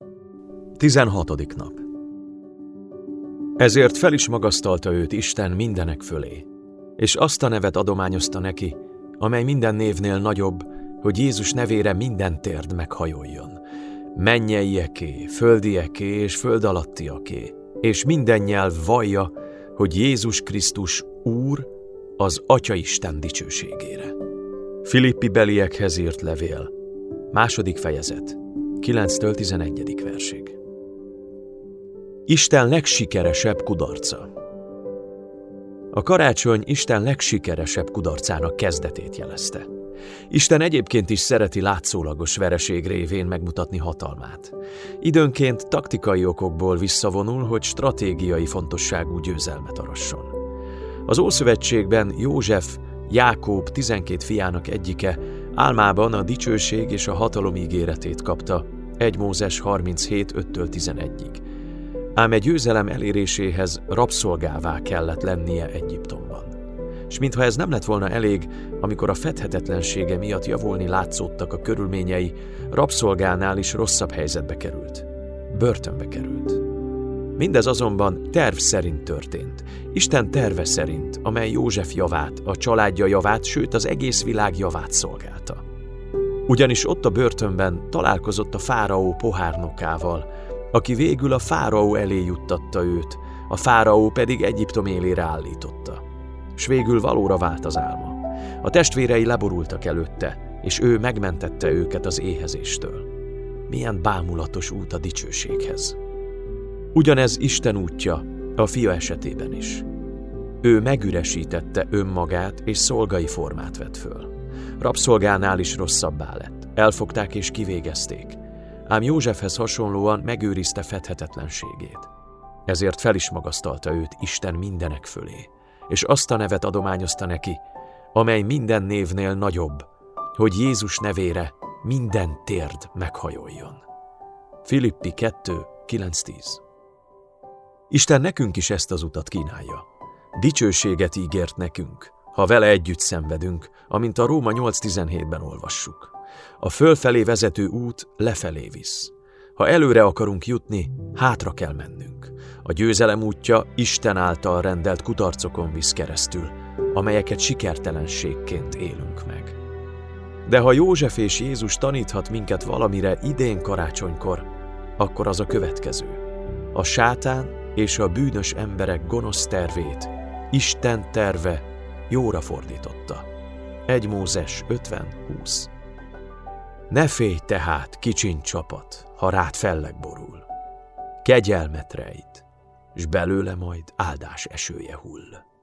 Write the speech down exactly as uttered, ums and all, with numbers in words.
Tizenhatodik nap. Ezért fel is magasztalta őt Isten mindenek fölé, és azt a nevet adományozta neki, amely minden névnél nagyobb, hogy Jézus nevére minden térd meghajoljon. Mennyieieké, földieké és föld alattiaké, és minden nyelv vallja, hogy Jézus Krisztus Úr az Atya Isten dicsőségére. Filippi beliekhez írt levél, második fejezet, kilenctől tizenegyedik versig. Isten legsikeresebb kudarca. A karácsony Isten legsikeresebb kudarcának kezdetét jelezte. Isten egyébként is szereti látszólagos vereség révén megmutatni hatalmát. Időnként taktikai okokból visszavonul, hogy stratégiai fontosságú győzelmet arasson. Az Ószövetségben József, Jákob tizenkét fiának egyike álmában a dicsőség és a hatalom ígéretét kapta, egy Mózes harminchét öttől tizenegyig. Ám egy győzelem eléréséhez rabszolgává kellett lennie Egyiptomban. És mintha ez nem lett volna elég, amikor a fedhetetlensége miatt javulni látszódtak a körülményei, rabszolgánál is rosszabb helyzetbe került. Börtönbe került. Mindez azonban terv szerint történt. Isten terve szerint, amely József javát, a családja javát, sőt az egész világ javát szolgálta. Ugyanis ott a börtönben találkozott a fáraó pohárnokával, aki végül a fáraó elé juttatta őt, a fáraó pedig Egyiptom élére állította. S végül valóra vált az álma. A testvérei leborultak előtte, és ő megmentette őket az éhezéstől. Milyen bámulatos út a dicsőséghez. Ugyanez Isten útja a fia esetében is. Ő megüresítette önmagát, és szolgai formát vett föl. Rabszolgánál is rosszabbá lett. Elfogták és kivégezték. Ám Józsefhez hasonlóan megőrizte fedhetetlenségét. Ezért fel is magasztalta őt Isten mindenek fölé, és azt a nevet adományozta neki, amely minden névnél nagyobb, hogy Jézus nevére minden térd meghajoljon. Filippi kettő kilenc-tíz. Isten nekünk is ezt az utat kínálja. Dicsőséget ígért nekünk, ha vele együtt szenvedünk, amint a Róma nyolc tizenhétben olvassuk. A fölfelé vezető út lefelé visz. Ha előre akarunk jutni, hátra kell mennünk. A győzelem útja Isten által rendelt kudarcokon visz keresztül, amelyeket sikertelenségként élünk meg. De ha József és Jézus taníthat minket valamire idén karácsonykor, akkor az a következő. A sátán és a bűnös emberek gonosz tervét Isten terve jóra fordította. egy Mózes ötven húsz. Ne félj tehát, kicsiny csapat, ha rád felleg borul. Kegyelmet rejt, s belőle majd áldás esője hull.